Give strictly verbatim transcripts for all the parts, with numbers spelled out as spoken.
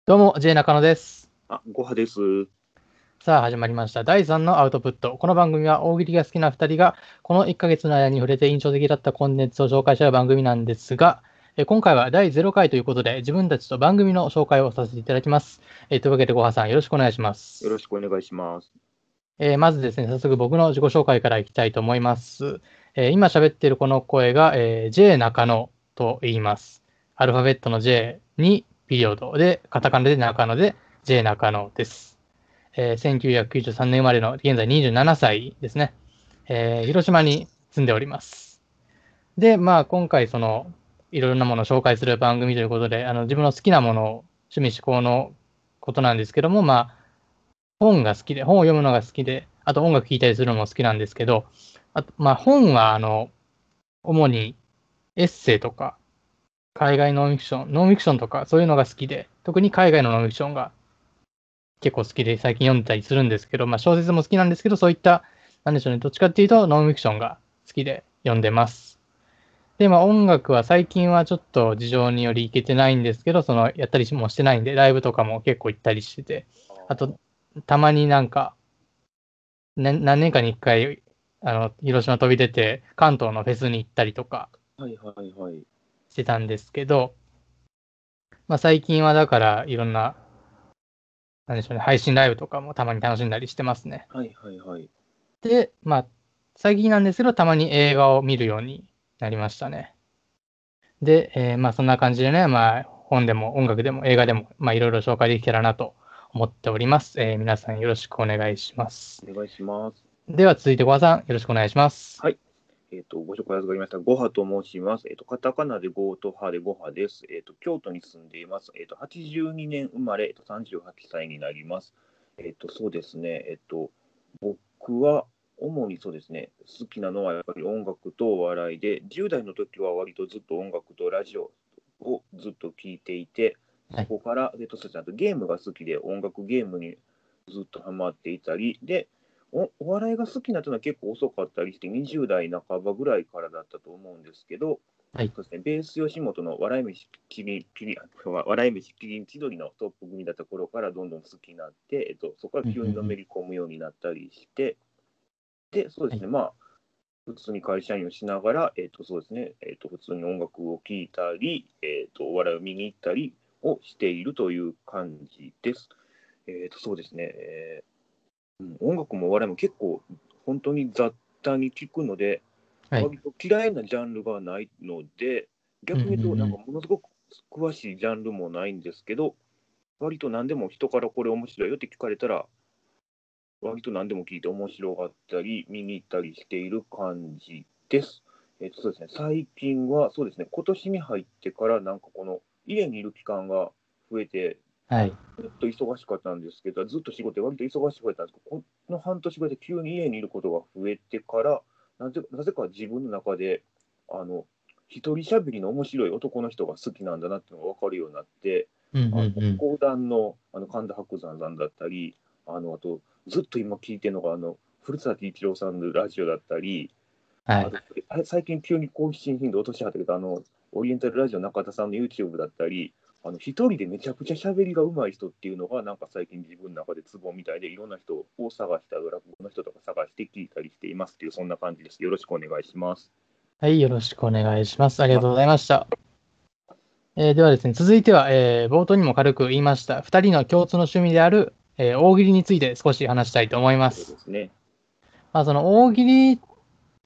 どうも、J 中野です。 あ、ごはです。 さあ、始まりました。だいさんのアウトプット。この番組は大喜利が好きなふたりが、このいっかげつの間に触れて印象的だったコンテンツを紹介し合う番組なんですが、え今回はだいゼロかいということで、自分たちと番組の紹介をさせていただきます。えというわけで、ごはさん、よろしくお願いしまよろす。 しくお願いします。 えーまずですね、早速僕の自己紹介からいきたいと思います。えー今喋っているこの声が、えー J 中野と言います。アルファベットの J にピリオドで、カタカナで中野で J 中野です。えーせんきゅうひゃくきゅうじゅうさんねん生まれの現在にじゅうななさいですね。えー広島に住んでおります。で、まあ、今回、その、いろいろなものを紹介する番組ということで、あの自分の好きなものを、趣味思考のことなんですけども、まあ、本が好きで、本を読むのが好きで、あと音楽聴いたりするのも好きなんですけど、あと、まあ、本は、あの、主にエッセイとか、海外ノンフィクション、ノンフィクションとか、そういうのが好きで、特に海外のノンフィクションが結構好きで最近読んでたりするんですけど、まあ小説も好きなんですけど、そういった、なんでしょうね、どっちかっていうとノンフィクションが好きで読んでます。で、まあ音楽は最近はちょっと事情により行けてないんですけど、そのやったりもしてないんで、ライブとかも結構行ったりしてて、あと、たまになんか、ね、何年かに一回、あの、広島飛び出て、関東のフェスに行ったりとかはいはいはい。 してたんですけど、まあ最近はだからいろんな、なんでしょうね、配信ライブとかもたまに楽しんだりしてますね。 はいはいはい。 で、まあ、最近なんですけど、たまに映画を見るようになりましたね。で、えーまあ、そんな感じでね、まあ、本でも音楽でも映画でも、まあ、いろいろ紹介できたらなと思っております。えー皆さんよろしくお願いします。 お願いします。 では、続いて、小川さん、よろしくお願いします。 はい。えっと、ご紹介預かりました。ごはと申します。えっと、カタカナでゴーとハでごはです。えっと、京都に住んでいます。えっと、はちじゅうにねん生まれ、えっと、さんじゅうはっさいになります。えっと、そうですね。えっと、僕は、主にそうですね、好きなのはやっぱり音楽とお笑いで、じゅう代の時は割とずっと音楽とラジオをずっと聴いていて、そはい。 こから、えっと、そうですね、あとゲームが好きで、音楽ゲームにずっとハマっていたり、で、おお笑いが好きになったのは結構遅かったりして、にじゅう代半ばぐらいからだったと思うんですけど、 はい。 そうですね、ベース吉本の笑い飯きりきり笑い飯キリン千鳥のトップ組だった頃からどんどん好きになって、えっと、そこからうんうんうん。 急にのめり込むようになったりして、で、そうではい。 すね、まあ、普通に会社員をしながら、えっと、そうですね、えっと、普通に音楽を聴いたり、えっと、お笑いを見に行ったりをしているという感じです。えっと、そうですね、えーうん、音楽もお笑いも結構、本当に雑多に聞くので、 はい。 割と嫌いなジャンルがないので、 うん逆に言うと、なんかうんうん。 ものすごく詳しいジャンルもないんですけど、割と何でも人からこれ面白いよって聞かれたら、割と何でも聞いて面白がったり、見に行ったりしている感じです。えっと、そうですね、最近は、そうですね、今年に入ってから、なんかこの、家にいる期間が増えて、 はい。 ずっと忙しかったんですけど、ずっと仕事で割と忙しかったんですけど、この半年ぐらいで急に家にいることが増えてから、なぜなぜか自分の中で、あの、一人喋りの面白い男の人が好きなんだなっていうのが分かるようになって、 うんあのうんうん。 講談のあの神田伯山さんだったり、あのあとずっと今聞いてるのがあの古舘一郎さんのラジオだったり、 はい。 あと最近急に更新頻度落としはったけど、あのオリエンタルラジオ中田さんの YouTube だったり、あの一人でめちゃくちゃ喋りが上手い人っていうのが、なんか最近自分の中でツボみたいで、いろんな人を探した落語の人とか探して聞いたりしていますっていう、そんな感じです。よろしくお願いします。 はい。よろしくお願いします。ありがとうございました。えーではですね、続いては、えー冒頭にも軽く言いました、ふたりの共通の趣味である、えー大喜利について少し話したいと思いまそうです。 すね。 まあ、その大喜利って、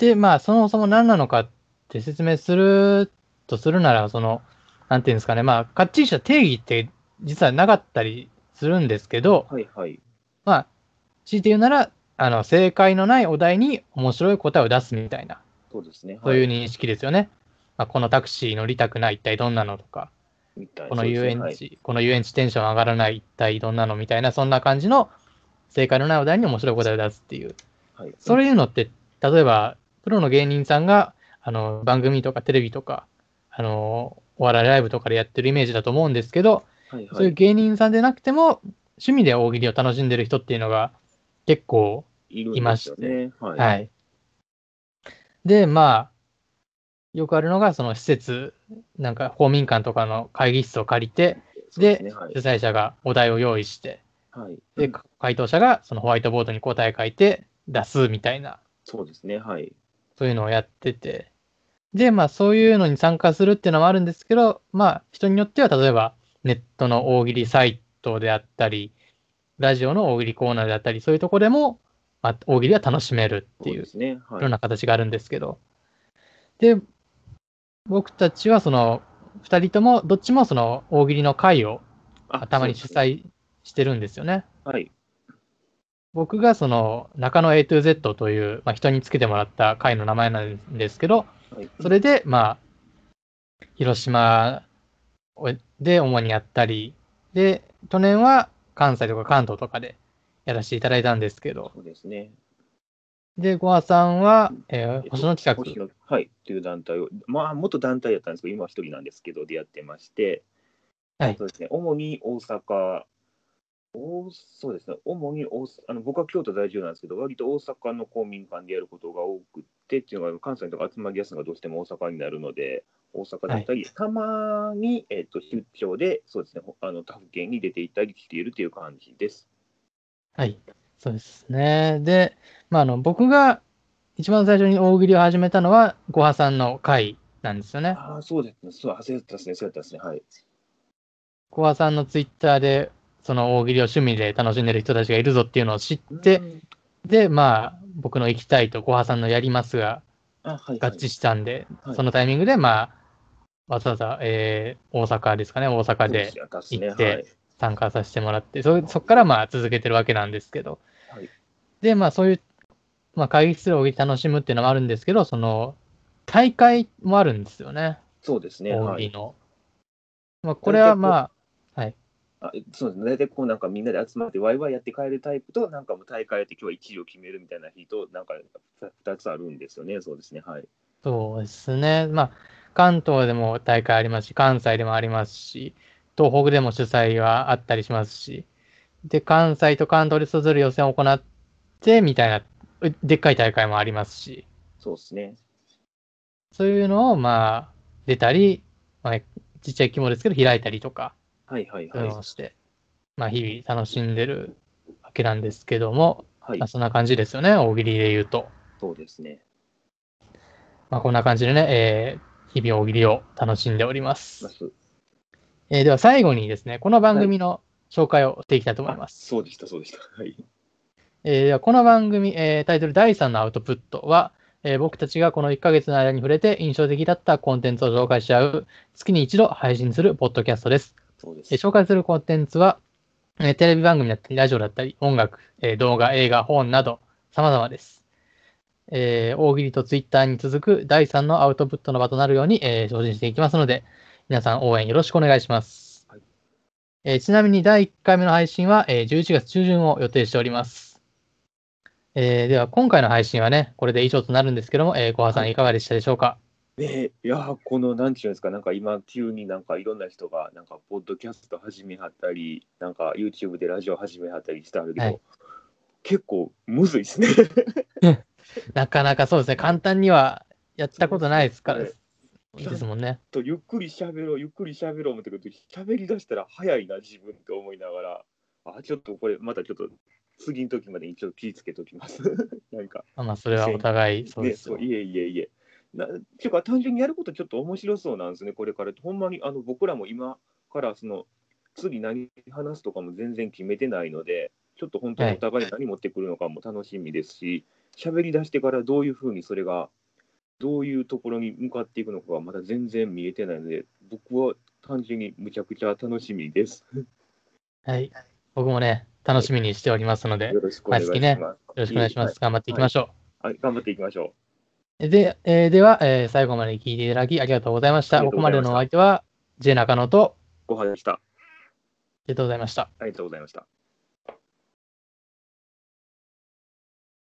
まあ、そもそも何なのかって説明するとするなら、その、なんていうんですかね、まあ、かっちりした定義って実はなかったりするんですけど、 はいはい。 まあ、強いて言うなら、あの、正解のないお題に面白い答えを出すみたいな、 そうですね。はい。 そういう認識ですよね。まあ、このタクシー乗りたくない、一体どんなのとか、 みたい。 このそうですね。はい。 遊園地、この遊園地テンション上がらない、一体どんなのみたいな、そんな感じの正解のないお題に面白い答えを出すっていう。 はい。うん。 そういうのって、例えば、プロの芸人さんが、あの、番組とかテレビとか、あの、お笑いライブとかでやってるイメージだと思うんですけど、そういうはいはい。 芸人さんでなくても、趣味で大喜利を楽しんでる人っていうのが結構いいるんでまして、 すよね。はい。 はい。で、まあ、よくあるのが、その施設、なんか公民館とかの会議室を借りて、 で、 そうですね。はい。 主催者がお題を用意して、 はい。 で、回答者がそのホワイトボードに答え書いて出すみたいな、 そうですね。はい。 そういうのをやってて、で、まあそういうのに参加するっていうのもあるんですけど、まあ人によっては例えばネットの大喜利サイトであったり、ラジオの大喜利コーナーであったり、そういうところでも、まあ、大喜利は楽しめるっていう、いそうですね。はい。 ろんな形があるんですけど、で、僕たちはその、二人とも、どっちもその大喜利の会をまあ、 あたまに主そうですね。 催してるんですよね。 はい。 僕がその中野 エートゥーゼット という、まあ、人につけてもらった会の名前なんですけど、 はい。 それで、まあ、広島で主にやったり、で、去年は関西とか関東とかでやらせていただいたんですけど、 そうですね。 で、ゴアさんは、えーえっと、 星野企画。 星野、はい、という団体を、まあ、元団体やったんですけど、今は一人なんですけど、でやってまして、 はい。 そうですね、主に大阪、おそうですね、主に大あの僕は京都在住なんですけど、割と大阪の公民館でやることが多くてっていうのが、関西とか集まりやすいのがどうしても大阪になるので、大阪だはい。 ったり、たまに、えっと出張で、そうですね、ほあの他府県に出ていったりしているという感じです。 はい。そうですね。で、まあ、あの、僕が一番最初に大喜利を始めたのは、ゴハさんの会なんですよね。 ああ、そうですね、そう、あそうやったですね、そうやったですね、はい。 ゴハさんのツイッターで、その大喜利を趣味で楽しんでる人たちがいるぞっていうのを知っうて、 ん、 で、まあ、僕の行きたいとゴハさんのやりますがあ、はいはい、 合致したんで、 はい。 そのタイミングで、まあ、わざわざ、えー、大阪ですかね、大阪でそうですね、ですね、は行ってい。 参加させてもらって、そそこからまあ続けてるわけなんですけど、 はい。 で、まあそういう、まあ会議室で大喜利楽しむっていうのもあるんですけど、その、大会もあるんですよね、 そうですね、はい。 大喜利の。まあこれ大体こう、 はまあ、はい。 あ、そうですね。大体こうなんかみんなで集まってワイワイやって帰るタイプと、なんかもう大会やって今日はいちいを決めるみたいな日と、なんかふたつあるんですよね。そうですね。はい。 そうですね。まあ、関東でも大会ありますし、関西でもありますし、東北でも主催はあったりしますし、で、関西と関東でそれぞれ予選を行って、みたいな、うでっかい大会もありますし、 そうですね。 そういうのを、まあ、出たり、まあ、ちっちゃい規模ですけど、開いたりとか、 はいはいそういはい。 うのをして、まあ、日々楽しんでるわけなんですけども、まあ、 はい。 そんな感じですよね、大喜利で言うと。 そうですね。 まあ、こんな感じでね、えー、日々大喜利を楽しんでおります。 ます。 えー、では最後にですね、この番はい。 組の紹介をしていきたいと思いあ、 ます。 そうでした、そうでした。はい。 えー、ではこの番組、えー、タイトルだいさんのアウトプットは、えー僕たちがこのいっかげつの間に触れて印象的だったコンテンツを紹介し合う、月に一度配信するポッドキャストです。えーそうです。 紹介するコンテンツは、えーテレビ番組だったり、ラジオだったり、音楽、えー動画、映画、本など、様々です。えー大喜利とツイッターに続くだいさんのアウトプットの場となるように、えー精進していきますので、皆さん応援よろしくお願いします。 はい。 えーちなみにだいいっかいめの配信は、えーじゅういちがつ中旬を予定しております。えーでは、今回の配信はね、これで以上となるんですけども、えー、小葉さはい。 んいかがでしたでしょうか？ ねいやー、この、なんていうんですか、なんか今、急になんかいろんな人が、なんか、ポッドキャスト始めはったり、なんか、YouTube でラジオ始めはったりしてはるけはい。 ど、結構むずいですね。 なかなかそうですね、簡単にはやったことないそうそう。 ですからはい。ちゃんですもんね。 とゆっくり喋ろう、ゆっくり喋ろう思ってくると、喋り出したら早いな、自分って思いながら、あ、ちょっとこれ、またちょっと次の時までにちょっと気ぃつけときます。なんか、 まあ、それはお互いそうでね、そう、 すよ。 いえいえいえ。なっていうか、単純にやることちょっと面白そうなんですね、これから。ほんまにあの僕らも今からその次何話すとかも全然決めてないので、ちょっと本当にはい。 お互い何持ってくるのかも楽しみですし、喋り出してからどういうふうにそれが、どういうところに向かっていくのかがまだ全然見えてないので、僕は単純にむちゃくちゃ楽しみです。 はい。僕もね、楽はい、 しみにしておりますので、 よろしくお毎月ね、 願いします。 よろしくおいえいえ、はい。 願いします。頑張っていきはい。 ましょはい、頑張っていきましょう。で、えーでは、えー最後まで聞いていただきありがとうございましう。あた。 りがここまでのおとうございました。 相手は、J 中野と、 ご飯でした。あありがとうございました。 りがとうございました。